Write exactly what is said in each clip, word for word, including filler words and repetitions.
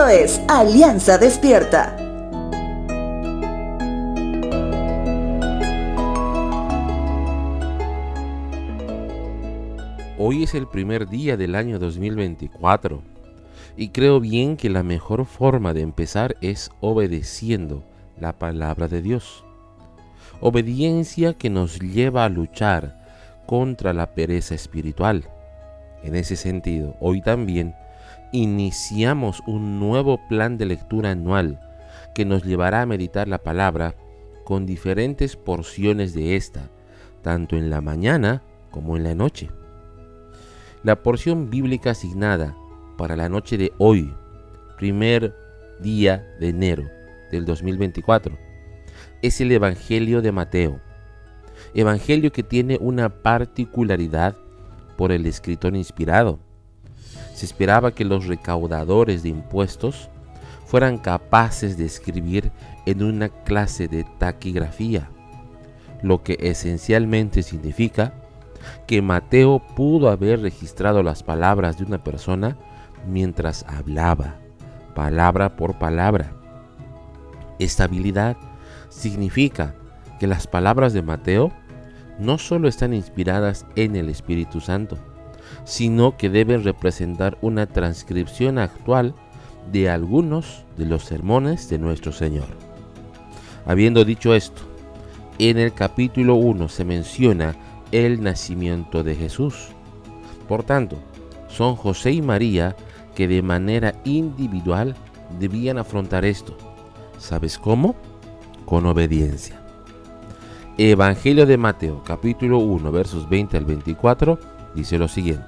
Esto es Alianza Despierta. Hoy es el primer día del año dos mil veinticuatro y creo bien que la mejor forma de empezar es obedeciendo la palabra de Dios. Obediencia que nos lleva a luchar contra la pereza espiritual. En ese sentido, hoy también iniciamos un nuevo plan de lectura anual que nos llevará a meditar la palabra con diferentes porciones de esta, tanto en la mañana como en la noche. La porción bíblica asignada para la noche de hoy, primer día de enero del dos mil veinticuatro, es el Evangelio de Mateo. Evangelio que tiene una particularidad por el escritor inspirado. Se esperaba que los recaudadores de impuestos fueran capaces de escribir en una clase de taquigrafía, lo que esencialmente significa que Mateo pudo haber registrado las palabras de una persona mientras hablaba, palabra por palabra. Esta habilidad significa que las palabras de Mateo no solo están inspiradas en el Espíritu Santo, sino que deben representar una transcripción actual de algunos de los sermones de nuestro Señor. Habiendo dicho esto, en el capítulo uno se menciona el nacimiento de Jesús. Por tanto, son José y María que de manera individual debían afrontar esto. ¿Sabes cómo? Con obediencia. Evangelio de Mateo, capítulo uno, versos veinte al veinticuatro, dice lo siguiente.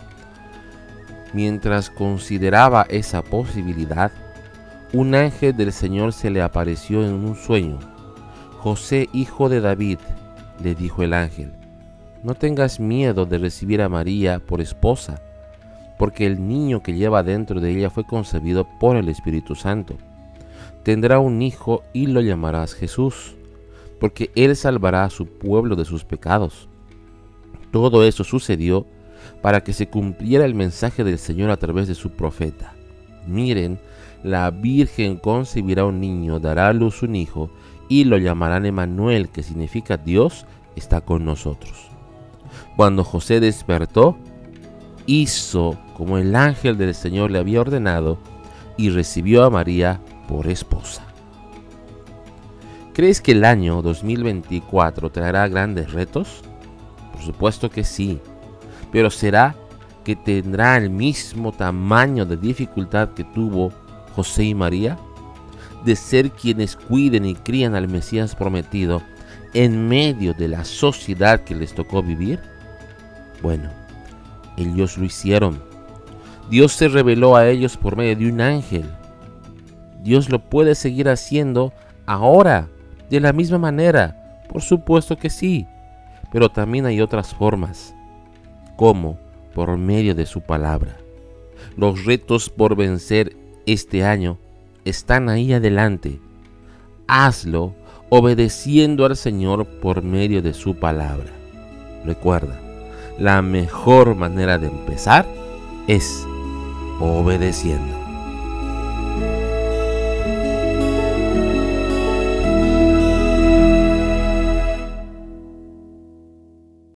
Mientras consideraba esa posibilidad, un ángel del Señor se le apareció en un sueño. José, hijo de David, le dijo el ángel, no tengas miedo de recibir a María por esposa, porque el niño que lleva dentro de ella fue concebido por el Espíritu Santo. Tendrá un hijo y lo llamarás Jesús, porque él salvará a su pueblo de sus pecados. Todo eso sucedió para que se cumpliera el mensaje del Señor a través de su profeta. Miren, la Virgen concebirá un niño, dará a luz un hijo, y lo llamarán Emmanuel, que significa Dios está con nosotros. Cuando José despertó, hizo como el ángel del Señor le había ordenado y recibió a María por esposa. ¿Crees que el año dos mil veinticuatro traerá grandes retos? Por supuesto que sí, pero ¿será que tendrá el mismo tamaño de dificultad que tuvo José y María? De ser quienes cuiden y crían al Mesías prometido en medio de la sociedad que les tocó vivir. Bueno, ellos lo hicieron. Dios se reveló a ellos por medio de un ángel. Dios lo puede seguir haciendo ahora, de la misma manera. Por supuesto que sí, pero también hay otras formas, como por medio de su palabra. Los retos por vencer este año están ahí adelante. Hazlo obedeciendo al Señor por medio de su palabra. Recuerda, la mejor manera de empezar es obedeciendo.